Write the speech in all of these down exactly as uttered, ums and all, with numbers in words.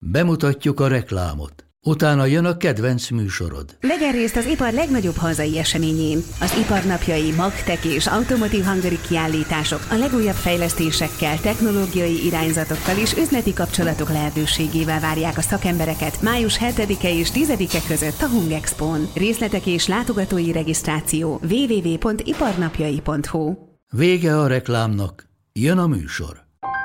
Bemutatjuk a reklámot. Utána jön a kedvenc műsorod. Vegyen részt az ipar legnagyobb hazai eseményén. Az iparnapjai, magtek és Automotive Hungary kiállítások a legújabb fejlesztésekkel, technológiai irányzatokkal és üzleti kapcsolatok lehetőségével várják a szakembereket május hetedike és tizedike között a Hungexpón. Részletek és látogatói regisztráció double-u double-u double-u pont iparnapjai pont hu. Vége a reklámnak, jön a műsor.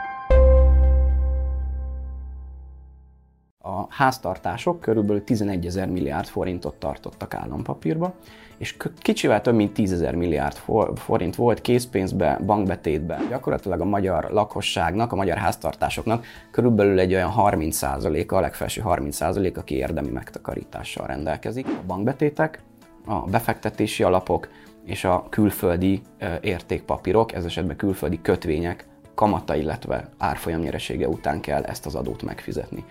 A háztartások körülbelül tizenegyezer milliárd forintot tartottak állampapírba, és kicsivel több mint tízezer milliárd forint volt készpénzbe, bankbetétbe. Gyakorlatilag a magyar lakosságnak, a magyar háztartásoknak körülbelül egy olyan harminc százaléka, a legfelső harminc százalék, aki érdemi megtakarítással rendelkezik. A bankbetétek, a befektetési alapok és a külföldi értékpapírok, ez esetben külföldi kötvények kamata, illetve árfolyam nyeresége után kell ezt az adót megfizetni.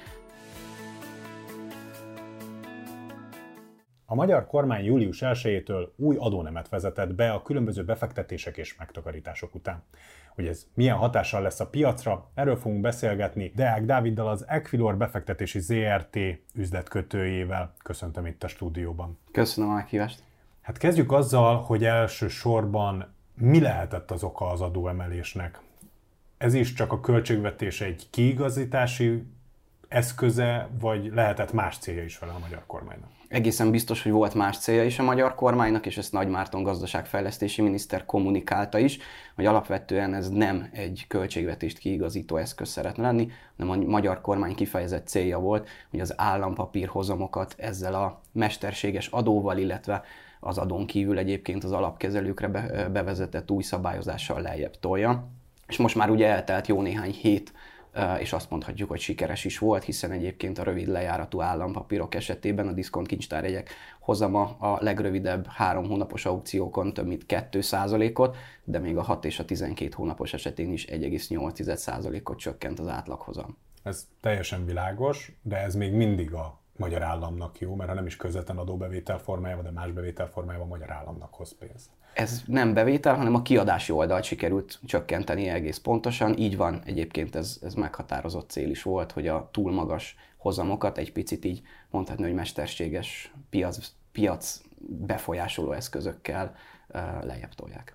A magyar kormány július elsejétől új adónemet vezetett be a különböző befektetések és megtakarítások után. Hogy ez milyen hatással lesz a piacra, erről fogunk beszélgetni Deák Dáviddal, az Equilor befektetési zé er té üzletkötőjével. Köszöntöm itt a stúdióban. Köszönöm a meghívást. Hát kezdjük azzal, hogy elsősorban mi lehetett az oka az adóemelésnek. Ez is csak a költségvetés egy kiigazítási eszköze, vagy lehetett más célja is vele a magyar kormánynak? Egészen biztos, hogy volt más célja is a magyar kormánynak, és ezt Nagy Márton gazdaságfejlesztési miniszter kommunikálta is, hogy alapvetően ez nem egy költségvetést kiigazító eszköz szeretne lenni, hanem a magyar kormány kifejezett célja volt, hogy az állampapírhozamokat ezzel a mesterséges adóval, illetve az adón kívül egyébként az alapkezelőkre bevezetett új szabályozással lejjebb tolja. És most már ugye eltelt jó néhány hét, és azt mondhatjuk, hogy sikeres is volt, hiszen egyébként a rövid lejáratú állampapírok esetében a diszkontkincstárjegyek hozama a legrövidebb három hónapos aukciókon több mint két százalékot, de még a hat és a tizenkét hónapos esetén is egy egész nyolc százalékot csökkent az átlaghozam. Ez teljesen világos, de ez még mindig a magyar államnak jó, mert ha nem is közvetlen adóbevétel formájában, de más bevétel formájában a magyar államnak hoz pénzt. Ez nem bevétel, hanem a kiadási oldalt sikerült csökkenteni egész pontosan. Így van, egyébként ez, ez meghatározott cél is volt, hogy a túl magas hozamokat egy picit így mondhatni, hogy mesterséges piac, piac befolyásoló eszközökkel uh, lejjebb tolják.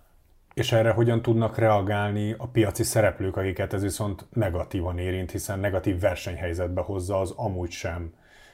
És erre hogyan tudnak reagálni a piaci szereplők, akiket ez viszont negatívan érint, hiszen negatív versenyhelyzetbe hozza az amúgy sem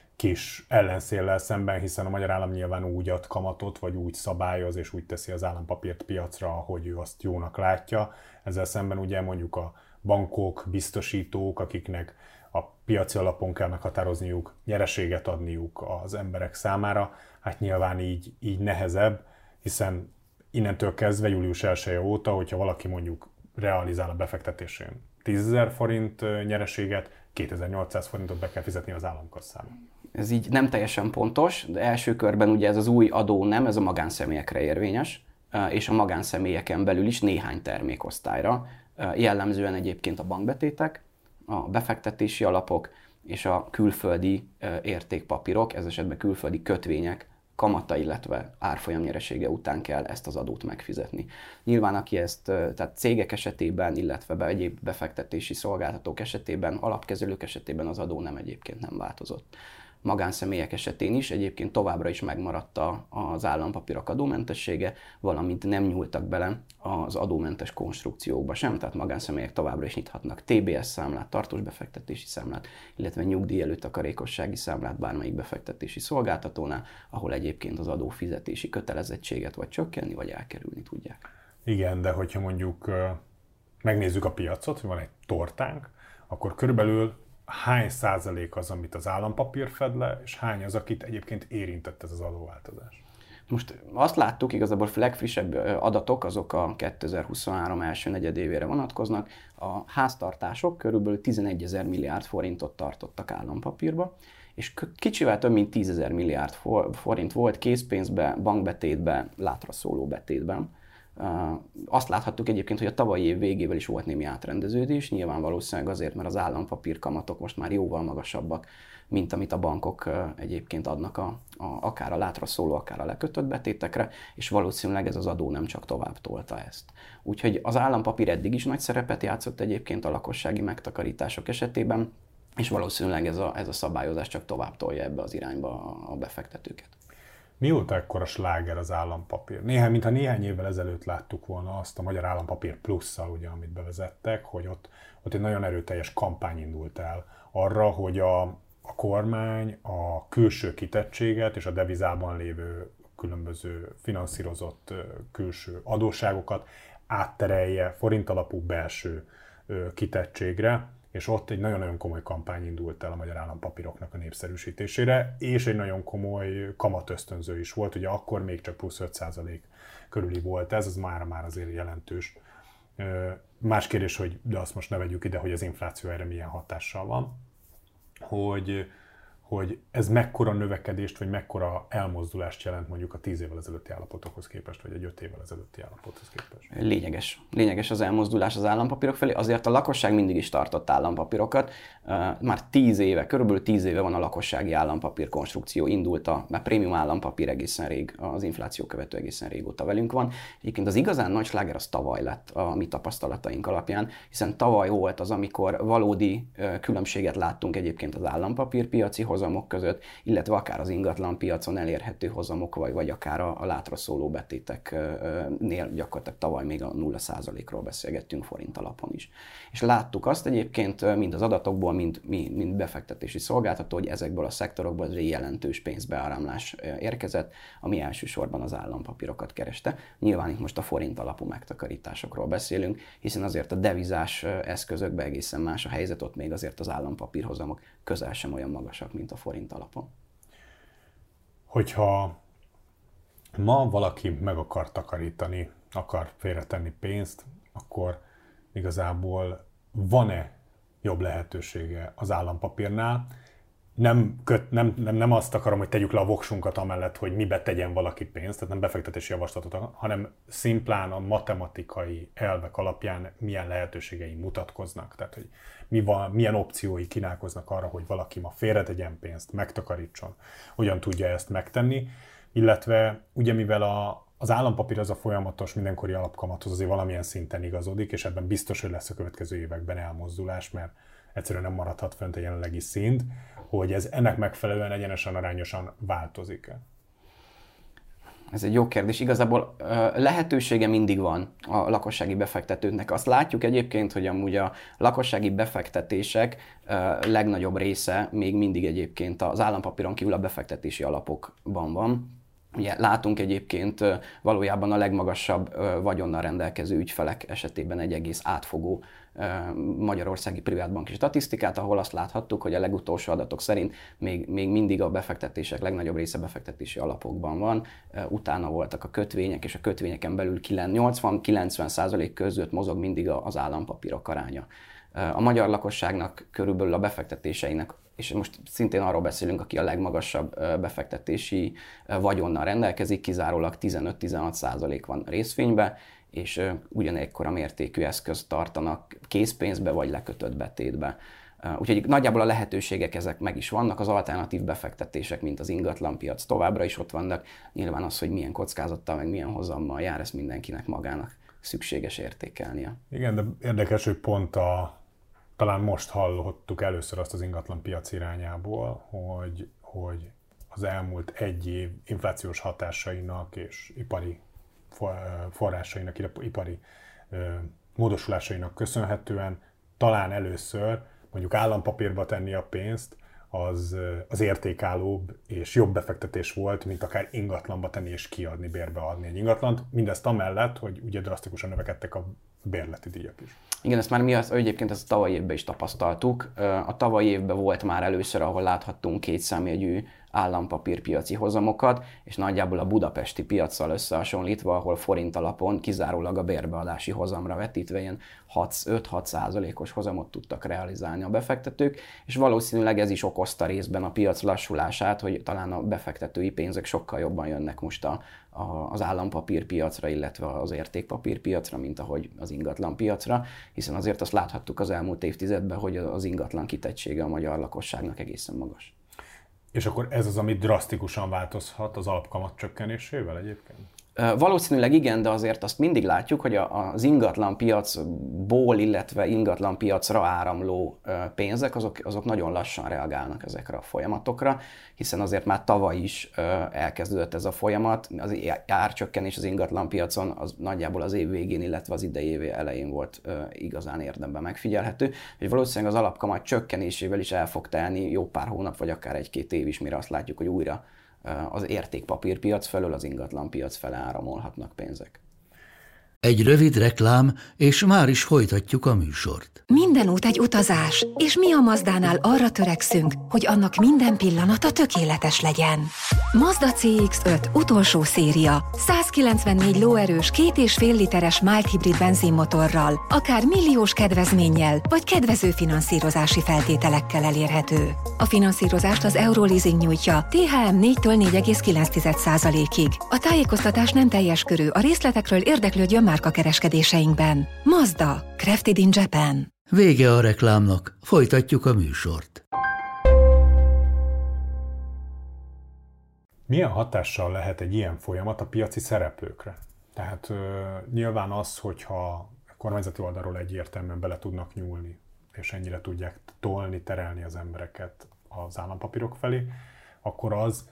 kis ellenszéllel szemben, hiszen a magyar állam nyilván úgy ad kamatot, vagy úgy szabályoz, és úgy teszi az állampapírt piacra, ahogy ő azt jónak látja. Ezzel szemben ugye mondjuk a bankok, biztosítók, akiknek a piaci alapon kell meghatározniuk, nyereséget adniuk az emberek számára, hát nyilván így, így nehezebb, hiszen innentől kezdve július elseje óta, hogyha valaki mondjuk realizál a befektetésén tízezer forint nyereséget, kétezer-nyolcszáz forintot be kell fizetni az államkasszába. Ez így nem teljesen pontos, de első körben ugye ez az új adó nem, ez a magánszemélyekre érvényes, és a magánszemélyeken belül is néhány termékosztályra, jellemzően egyébként a bankbetétek, a befektetési alapok és a külföldi értékpapírok, ez esetben külföldi kötvények kamata, illetve árfolyam nyeresége után kell ezt az adót megfizetni. Nyilván aki ezt, tehát cégek esetében, illetve be egyéb befektetési szolgáltatók esetében, alapkezelők esetében az adó nem egyébként nem változott. Magánszemélyek esetén is egyébként továbbra is megmaradt az állampapírok adómentessége, valamint nem nyúltak bele az adómentes konstrukciókba sem, tehát magánszemélyek továbbra is nyithatnak té bé es számlát, tartós befektetési számlát, illetve nyugdíj előtakarékossági számlát bármelyik befektetési szolgáltatónál, ahol egyébként az adófizetési kötelezettséget vagy csökkenni, vagy elkerülni tudják. Igen, de hogyha mondjuk megnézzük a piacot, hogy van egy tortánk, akkor körülbelül hány százalék az, amit az állampapír fed le, és hány az, akit egyébként érintett ez az adóváltozás? Most azt láttuk, igazából a legfrissebb adatok, azok a kétezer-huszonhárom első negyedévére vonatkoznak. A háztartások körülbelül tizenegyezer milliárd forintot tartottak állampapírba, és kicsivel több mint tízezer milliárd forint volt készpénzbe, bankbetétbe, látra szóló betétben. Azt láthattuk egyébként, hogy a tavalyi év végével is volt némi átrendeződés, nyilván valószínűleg azért, mert az állampapír kamatok most már jóval magasabbak, mint amit a bankok egyébként adnak a, a, akár a látra szóló, akár a lekötött betétekre, és valószínűleg ez az adó nem csak tovább tolta ezt. Úgyhogy az állampapír eddig is nagy szerepet játszott egyébként a lakossági megtakarítások esetében, és valószínűleg ez a, ez a szabályozás csak tovább tolja ebbe az irányba a befektetőket. Mióta ekkora sláger az állampapír? Néhány, mintha néhány évvel ezelőtt láttuk volna azt a Magyar Állampapír Plusszal, ugye, amit bevezettek, hogy ott, ott egy nagyon erőteljes kampány indult el arra, hogy a, a kormány a külső kitettséget és a devizában lévő különböző finanszírozott külső adósságokat átterelje forint alapú belső kitettségre, és ott egy nagyon-nagyon komoly kampány indult el a magyar állampapíroknak a népszerűsítésére, és egy nagyon komoly kamatösztönző is volt, ugye akkor még csak plusz öt százalék körüli volt ez, az már már azért jelentős. Más kérdés, hogy de azt most ne vegyük ide, hogy az infláció erre milyen hatással van, hogy, hogy ez mekkora növekedést, vagy mekkora elmozdulást jelent mondjuk a tíz évvel ezelőtti állapotokhoz képest, vagy egy öt évvel ezelőtti állapothoz képest. Lényeges. Lényeges az elmozdulás az állampapírok felé. Azért a lakosság mindig is tartott állampapírokat. Már tíz éve, körülbelül tíz éve van a lakossági állampapír konstrukció, indult a mert prémium állampapír egészen rég, az infláció követő egészen régóta velünk van. Egyébként az igazán nagy sláger az tavaly lett a mi tapasztalataink alapján, hiszen tavaly volt az, amikor valódi különbséget láttunk egyébként az állampapírpiaci hozamok között, illetve akár az ingatlan piacon elérhető hozamok, vagy, vagy akár a, a látra szóló betéteknél gyakorlatilag tavaly még a nulla százalékról beszélgettünk forint alapon is. És láttuk azt egyébként mind az adatokból, mind, mind befektetési szolgáltató, hogy ezekből a szektorokból egy jelentős pénzbeáramlás érkezett, ami elsősorban az állampapírokat kereste. Nyilván itt most a forint alapú megtakarításokról beszélünk, hiszen azért a devizás eszközökben egészen más a helyzet, ott még azért az állampapírhozamok közel sem olyan magasak, mint a forint alapon. Hogyha ma valaki meg akar takarítani, akar félretenni pénzt, akkor igazából van-e jobb lehetősége az állampapírnál? Nem, köt, nem, nem, nem azt akarom, hogy tegyük le a voksunkat amellett, hogy mibe tegyen valaki pénzt, tehát nem befektetési javaslatot, hanem szimplán a matematikai elvek alapján milyen lehetőségei mutatkoznak. Tehát, hogy mi van, milyen opciói kínálkoznak arra, hogy valaki ma félretegyen pénzt, megtakarítson, hogyan tudja ezt megtenni, illetve ugye mivel a, az állampapír az a folyamatos mindenkori alapkamathoz azért valamilyen szinten igazodik, és ebben biztos, hogy lesz a következő években elmozdulás, mert egyszerűen nem maradhat fönt a jelenlegi szint, hogy ez ennek megfelelően egyenesen arányosan változik-e? Ez egy jó kérdés. Igazából lehetősége mindig van a lakossági befektetőknek. Azt látjuk egyébként, hogy amúgy a lakossági befektetések legnagyobb része még mindig egyébként az állampapíron kívül a befektetési alapokban van. Ugye látunk egyébként valójában a legmagasabb vagyonnal rendelkező ügyfelek esetében egy egész átfogó magyarországi privátbanki statisztikát, ahol azt láthattuk, hogy a legutolsó adatok szerint még, még mindig a befektetések legnagyobb része befektetési alapokban van, utána voltak a kötvények, és a kötvényeken belül nyolcvan-kilencven százalék között mozog mindig az állampapírok aránya. A magyar lakosságnak körülbelül a befektetéseinek, és most szintén arról beszélünk, aki a legmagasabb befektetési vagyonnal rendelkezik, kizárólag tizenöt-tizenhat százalék van részvénybe, és ugyanekkora mértékű eszközt tartanak készpénzbe vagy lekötött betétbe. Úgyhogy nagyjából a lehetőségek ezek meg is vannak, az alternatív befektetések, mint az ingatlanpiac továbbra is ott vannak. Nyilván az, hogy milyen kockázattal, meg milyen hozammal jár, ezt mindenkinek magának szükséges értékelnie. Igen, de érdekes, hogy pont a, talán most hallottuk először azt az ingatlanpiac irányából, hogy, hogy az elmúlt egy év inflációs hatásainak és ipari forrásainak, ipari módosulásainak köszönhetően talán először mondjuk állampapírba tenni a pénzt, az, az értékállóbb és jobb befektetés volt, mint akár ingatlanba tenni és kiadni, bérbe adni egy ingatlant. Mindezt amellett, hogy ugye drasztikusan növekedtek a bérleti díjak is. Igen, ezt már mi az, egyébként ezt a tavalyi évben is tapasztaltuk. A tavalyi évben volt már először, ahol láthattunk kétszámjegyű állampapírpiaci hozamokat, és nagyjából a budapesti piaccal összehasonlítva, ahol forint alapon kizárólag a bérbeadási hozamra vetítve ilyen öt-hat százalékos hozamot tudtak realizálni a befektetők, és valószínűleg ez is okozta részben a piac lassulását, hogy talán a befektetői pénzek sokkal jobban jönnek most a, a, az állampapírpiacra, illetve az értékpapírpiacra, mint ahogy az ingatlanpiacra, hiszen azért azt láthattuk az elmúlt évtizedben, hogy az ingatlan kitettsége a magyar lakosságnak egészen magas. És akkor ez az, ami drasztikusan változhat az alapkamat csökkenésével egyébként? Valószínűleg igen, de azért azt mindig látjuk, hogy az ingatlanpiacból, illetve ingatlanpiacra áramló pénzek, azok, azok nagyon lassan reagálnak ezekre a folyamatokra, hiszen azért már tavaly is elkezdődött ez a folyamat. Az árcsökkenés az ingatlanpiacon az nagyjából az év végén, illetve az idei év elején volt igazán érdemben megfigyelhető, hogy valószínűleg az alapkamat csökkenésével is el fog telni jó pár hónap, vagy akár egy-két év is, mire azt látjuk, hogy újra az értékpapírpiac felől az ingatlanpiac fele áramolhatnak pénzek. Egy rövid reklám, és már is folytatjuk a műsort. Minden út egy utazás, és mi a Mazdánál arra törekszünk, hogy annak minden pillanata tökéletes legyen. Mazda cé iksz öt utolsó széria, százkilencvennégy lóerős, két és fél literes mild hibrid benzinmotorral, akár milliós kedvezménnyel, vagy kedvező finanszírozási feltételekkel elérhető. A finanszírozást az Euroleasing nyújtja té há em négytől négy egész kilenc százalékig. A tájékoztatás nem teljes körű, a részletekről érdeklődjön márkakereskedéseinkben. Mazda, crafted in Japan. Vége a reklámnak, folytatjuk a műsort. Milyen hatással lehet egy ilyen folyamat a piaci szereplőkre? Tehát ö, nyilván az, hogyha a kormányzati oldalról egyértelműen bele tudnak nyúlni, és ennyire tudják tolni, terelni az embereket az állampapírok felé, akkor az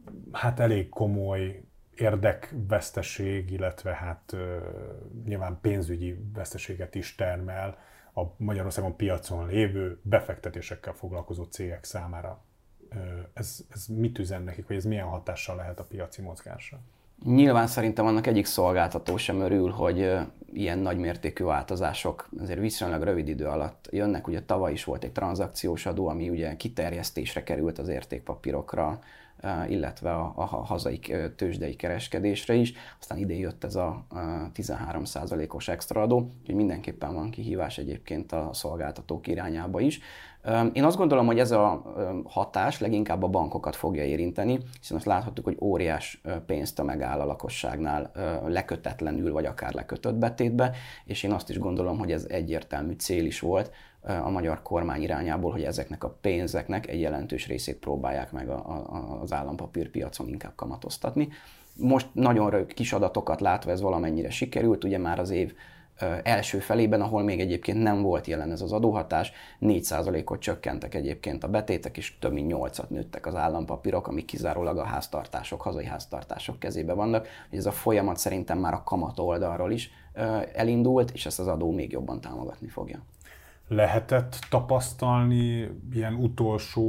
hát elég komoly érdekveszteség, illetve hát ö, nyilván pénzügyi veszteséget is termel a Magyarországon piacon lévő befektetésekkel foglalkozó cégek számára. Ö, ez, ez mit üzen nekik, vagy ez milyen hatással lehet a piaci mozgásra? Nyilván szerintem annak egyik szolgáltató sem örül, hogy ilyen nagymértékű változások azért viszonylag rövid idő alatt jönnek. Ugye tavaly is volt egy tranzakciós adó, ami ugye kiterjesztésre került az értékpapírokra, illetve a, a hazai tőzsdei kereskedésre is. Aztán idén jött ez a tizenhárom százalékos extra adó, úgyhogy mindenképpen van kihívás egyébként a szolgáltatók irányába is. Én azt gondolom, hogy ez a hatás leginkább a bankokat fogja érinteni, hiszen azt láthattuk, hogy óriás pénztömeg áll a lakosságnál lekötetlenül, vagy akár lekötött betétbe, és én azt is gondolom, hogy ez egyértelmű cél is volt a magyar kormány irányából, hogy ezeknek a pénzeknek egy jelentős részét próbálják meg a, a, az állampapírpiacon inkább kamatoztatni. Most nagyon kis adatokat látva ez valamennyire sikerült, ugye már az év első felében, ahol még egyébként nem volt jelen ez az adóhatás, négy százalékot csökkentek egyébként a betétek, és több mint nyolcat nőttek az állampapírok, amik kizárólag a háztartások, hazai háztartások kezébe vannak. Ez a folyamat szerintem már a kamat oldalról is elindult, és ezt az adó még jobban támogatni fogja. Lehetett tapasztalni ilyen utolsó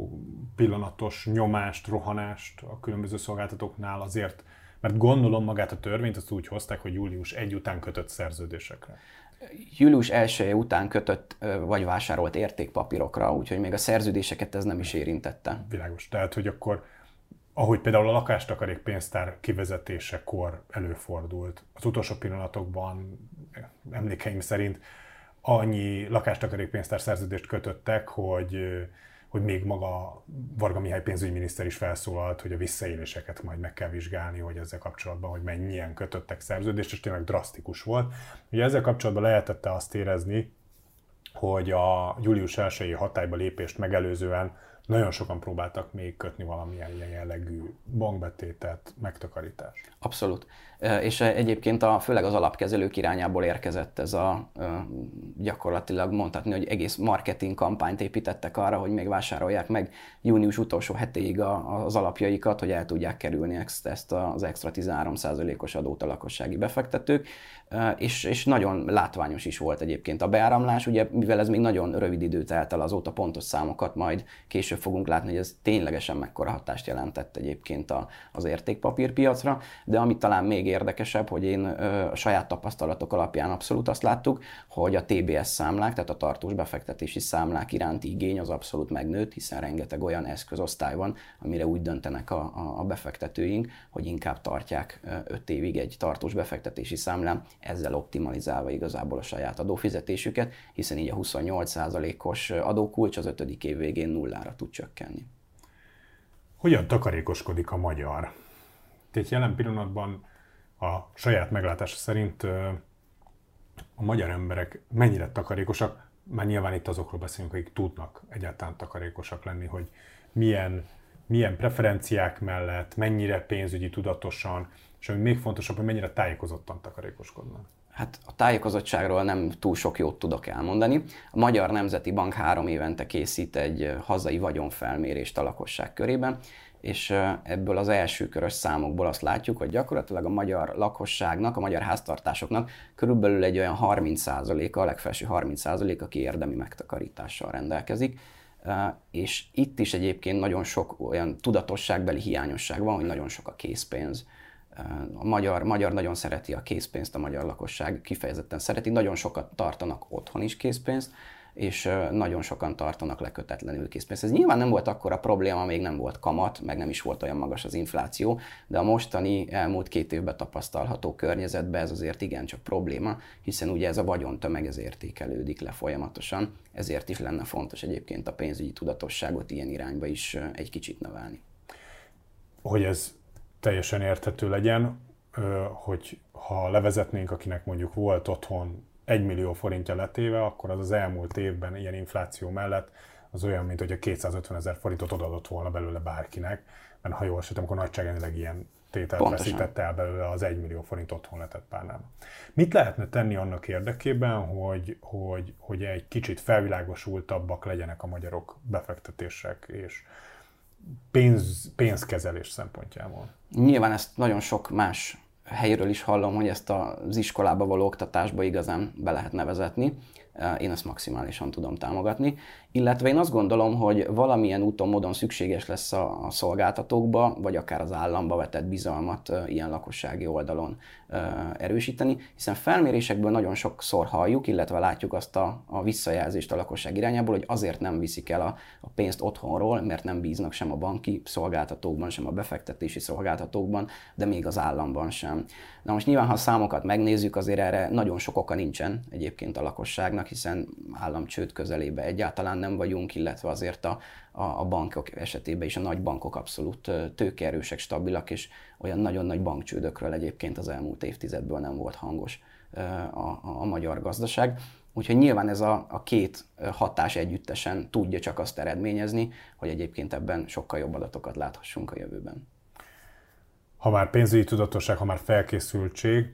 pillanatos nyomást, rohanást a különböző szolgáltatóknál azért, mert gondolom magát a törvényt azt úgy hozták, hogy július elseje után kötött szerződésekre. július elseje után kötött vagy vásárolt értékpapírokra, úgyhogy még a szerződéseket ez nem is érintette. Világos. Tehát, hogy akkor, ahogy például a lakástakarékpénztár kivezetésekor előfordult, az utolsó pillanatokban emlékeim szerint annyi lakástakarékpénztár szerződést kötöttek, hogy, hogy még maga Varga Mihály pénzügyminiszter is felszólalt, hogy a visszaéléseket majd meg kell vizsgálni, hogy ezzel kapcsolatban, hogy mennyien kötöttek szerződést, és tényleg drasztikus volt. Ugye ezzel kapcsolatban lehetett azt érezni, hogy a július elsejei hatályba lépést megelőzően nagyon sokan próbáltak még kötni valamilyen ilyen jellegű bankbetétet, megtakarítást. Abszolút. És egyébként a, főleg az alapkezelők irányából érkezett ez a gyakorlatilag mondhatni, hogy egész marketing kampányt építettek arra, hogy még vásárolják meg június utolsó hetéig az alapjaikat, hogy el tudják kerülni ezt, ezt az extra tizenhárom százalékos adót a lakossági befektetők. És, és nagyon látványos is volt egyébként a beáramlás, ugye, mivel ez még nagyon rövid időt telt el, azóta pontos számokat majd később fogunk látni, hogy ez ténylegesen mekkora hatást jelentett egyébként a, az értékpapírpiacra, de amit talán még érdekesebb, hogy én a saját tapasztalatok alapján abszolút azt láttuk, hogy a té bé es számlák, tehát a tartós befektetési számlák iránti igény az abszolút megnőtt, hiszen rengeteg olyan eszközosztály van, amire úgy döntenek a, a, a befektetőink, hogy inkább tartják öt évig egy tartós befektetési számlán, ezzel optimalizálva igazából a saját adófizetésüket, hiszen így a huszonnyolc százalékos adókulcs az ötödik év végén nullára tud csökkenni. Hogyan takarékoskodik a magyar? Tehát jelen pillanatban a saját meglátása szerint a magyar emberek mennyire takarékosak, már nyilván itt azokról beszélünk, akik tudnak egyáltalán takarékosak lenni, hogy milyen milyen preferenciák mellett, mennyire pénzügyi tudatosan, és ami még fontosabb, hogy mennyire tájékozottan takarékoskodnak. Hát a tájékozottságról nem túl sok jót tudok elmondani. A Magyar Nemzeti Bank három évente készít egy hazai vagyonfelmérést a lakosság körében, és ebből az első körös számokból azt látjuk, hogy gyakorlatilag a magyar lakosságnak, a magyar háztartásoknak körülbelül egy olyan harminc százaléka, a legfelső harminc százalék, aki érdemi megtakarítással rendelkezik. És itt is egyébként nagyon sok olyan tudatosságbeli hiányosság van, hogy nagyon sok a készpénz. A magyar, magyar nagyon szereti a készpénzt, a magyar lakosság kifejezetten szereti, nagyon sokat tartanak otthon is készpénzt, és nagyon sokan tartanak lekötetlenül készpénzt. Ez nyilván nem volt akkora probléma, még nem volt kamat, meg nem is volt olyan magas az infláció, de a mostani elmúlt két évben tapasztalható környezetben ez azért igencsak probléma, hiszen ugye ez a vagyontömeg ez értékelődik le folyamatosan, ezért is lenne fontos egyébként a pénzügyi tudatosságot ilyen irányba is egy kicsit növelni. Hogy ez teljesen érthető legyen, hogy ha levezetnénk, akinek mondjuk volt otthon egy millió forintja letéve, akkor az az elmúlt évben ilyen infláció mellett az olyan, mint hogy a kétszázötvenezer forintot odaadott volna belőle bárkinek, mert ha jól sejtem, akkor nagyságrendileg ilyen tételt Pontosan. veszítette el belőle az egy millió forint otthon letett párnában. Mit lehetne tenni annak érdekében, hogy, hogy, hogy egy kicsit felvilágosultabbak legyenek a magyarok befektetések és pénz, pénzkezelés szempontjából? Nyilván ezt nagyon sok más helyről is hallom, hogy ezt az iskolába való oktatásba igazán be lehet nevezetni. Én ezt maximálisan tudom támogatni. Illetve én azt gondolom, hogy valamilyen úton, módon szükséges lesz a szolgáltatókba, vagy akár az államba vetett bizalmat ilyen lakossági oldalon erősíteni, hiszen felmérésekből nagyon sokszor halljuk, illetve látjuk azt a, a visszajelzést a lakosság irányából, hogy azért nem viszik el a, a pénzt otthonról, mert nem bíznak sem a banki szolgáltatókban, sem a befektetési szolgáltatókban, de még az államban sem. Na most nyilván, ha a számokat megnézzük, azért erre nagyon sok oka nincsen egyébként a lakosságnak, hiszen államcsőd közelébe egyáltalán nem vagyunk, illetve azért a, a, a bankok esetében is a nagy bankok abszolút tőkeerősek, stabilak, és olyan nagyon nagy bankcsődökről egyébként az elmúlt évtizedből nem volt hangos a, a, a magyar gazdaság. Úgyhogy nyilván ez a, a két hatás együttesen tudja csak azt eredményezni, hogy egyébként ebben sokkal jobb adatokat láthassunk a jövőben. Ha már pénzügyi tudatosság, ha már felkészültség,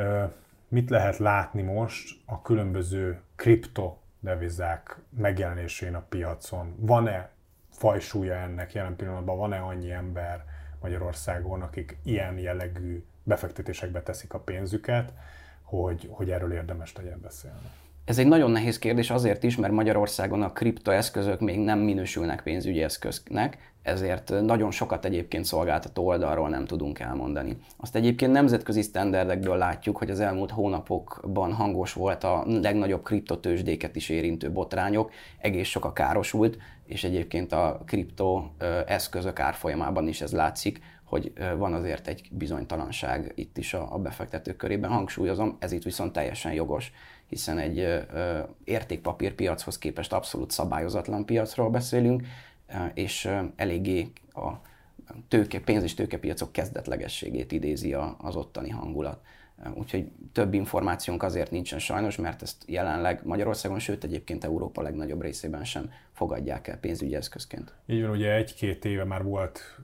mit lehet látni most a különböző kriptodevizák megjelenésén a piacon? Van-e fajsúlya ennek jelen pillanatban? Van-e annyi ember Magyarországon, akik ilyen jellegű befektetésekbe teszik a pénzüket, hogy, hogy erről érdemes legyen beszélni? Ez egy nagyon nehéz kérdés azért is, mert Magyarországon a kriptoeszközök még nem minősülnek pénzügyi eszköznek, ezért nagyon sokat egyébként szolgáltató oldalról nem tudunk elmondani. Azt egyébként nemzetközi sztenderdekből látjuk, hogy az elmúlt hónapokban hangos volt a legnagyobb kriptotőzsdéket is érintő botrányok, egész sok a károsult, és egyébként a kriptoeszközök árfolyamában is ez látszik, hogy van azért egy bizonytalanság itt is a befektetők körében. Hangsúlyozom, ez itt viszont teljesen jogos, hiszen egy ö, értékpapírpiachoz képest abszolút szabályozatlan piacról beszélünk, és eléggé a tőke, pénz- és tőkepiacok kezdetlegességét idézi az ottani hangulat. Úgyhogy több információnk azért nincsen sajnos, mert ezt jelenleg Magyarországon, sőt egyébként Európa legnagyobb részében sem fogadják el pénzügyi eszközként. Így van, ugye egy-két éve már volt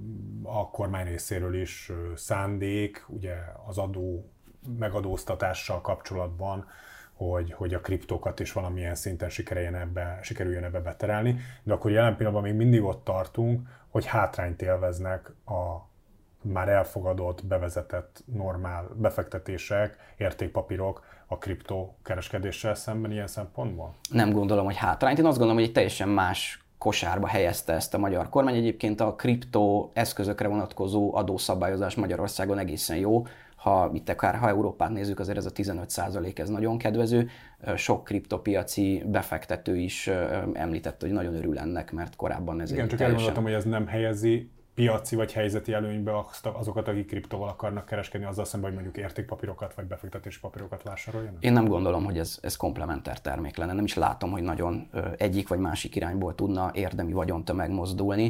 a kormány részéről is szándék, ugye az adó megadóztatással kapcsolatban, hogy, hogy a kriptókat is valamilyen szinten sikerüljön ebbe, sikerüljön ebbe beterelni, de akkor jelen pillanatban még mindig ott tartunk, hogy hátrányt élveznek a már elfogadott, bevezetett normál befektetések, értékpapírok a kriptokereskedéssel szemben ilyen szempontból? Nem gondolom, hogy hátrányt. Én azt gondolom, hogy egy teljesen más kosárba helyezte ezt a magyar kormány. Egyébként a kripto eszközökre vonatkozó adószabályozás Magyarországon egészen jó. Ha itt akár ha Európát nézzük, azért ez a tizenöt százalék, ez nagyon kedvező. Sok kriptopiaci befektető is említette, hogy nagyon örül ennek, mert korábban ez Igen, egy csak teljesen... elmondhatom, hogy ez nem helyezi piaci vagy helyzeti előnybe azokat, akik kriptóval akarnak kereskedni, azzal szemben, hogy mondjuk értékpapírokat vagy befektetési papírokat vásároljanak? Én nem gondolom, hogy ez, ez komplementer termék lenne. Nem is látom, hogy nagyon egyik vagy másik irányból tudna érdemi vagyontömeg mozdulni.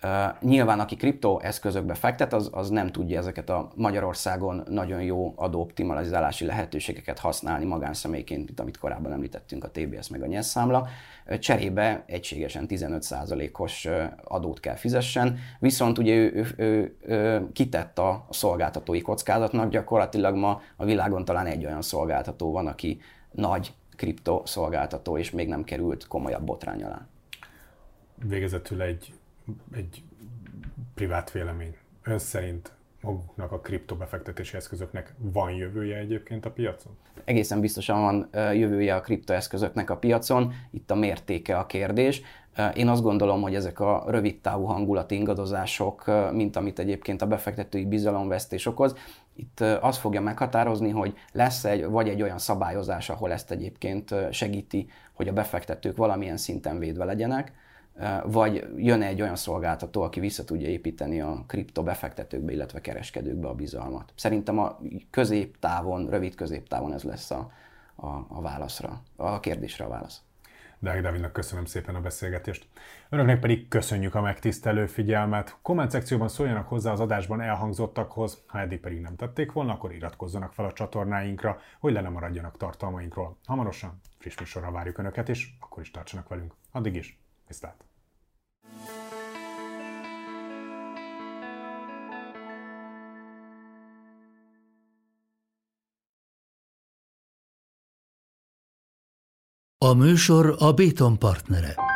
Nyilván, aki kriptoeszközökbe fektet, az, az nem tudja ezeket a Magyarországon nagyon jó adóoptimalizálási lehetőségeket használni magánszemélyként, mint amit korábban említettünk, a té bé es meg a nyesz számla. Cserébe egységesen tizenöt százalékos adót kell fizessen, viszont ugye ő, ő, ő, ő kitett a szolgáltatói kockázatnak, gyakorlatilag ma a világon talán egy olyan szolgáltató van, aki nagy kriptoszolgáltató, és még nem került komolyabb botrány alá. Végezetül egy egy privát vélemény. Ön szerint maguknak a kriptobefektetési eszközöknek van jövője egyébként a piacon? Egészen biztosan van jövője a kriptoeszközöknek a piacon, itt a mértéke a kérdés. Én azt gondolom, hogy ezek a rövidtávú hangulati ingadozások, mint amit egyébként a befektetői bizalomvesztés okoz, itt az fogja meghatározni, hogy lesz egy, vagy egy olyan szabályozás, ahol ezt egyébként segíti, hogy a befektetők valamilyen szinten védve legyenek, vagy jön egy olyan szolgáltató, aki vissza tudja építeni a kriptobefektetőkbe, illetve kereskedőkbe a bizalmat. Szerintem a középtávon, rövid középtávon ez lesz a, a, a válaszra, a kérdésre a válasz. Deák Dávidnak köszönöm szépen a beszélgetést. Önöknek pedig köszönjük a megtisztelő figyelmet. Komment szekcióban szóljanak hozzá az adásban elhangzottakhoz, ha eddig pedig nem tették volna, akkor iratkozzanak fel a csatornáinkra, hogy le ne maradjanak tartalmainkról. Hamarosan friss műsorra várjuk Önöket, és akkor is tartsanak velünk. Addig is, viszlát! A műsor a Béton partnere.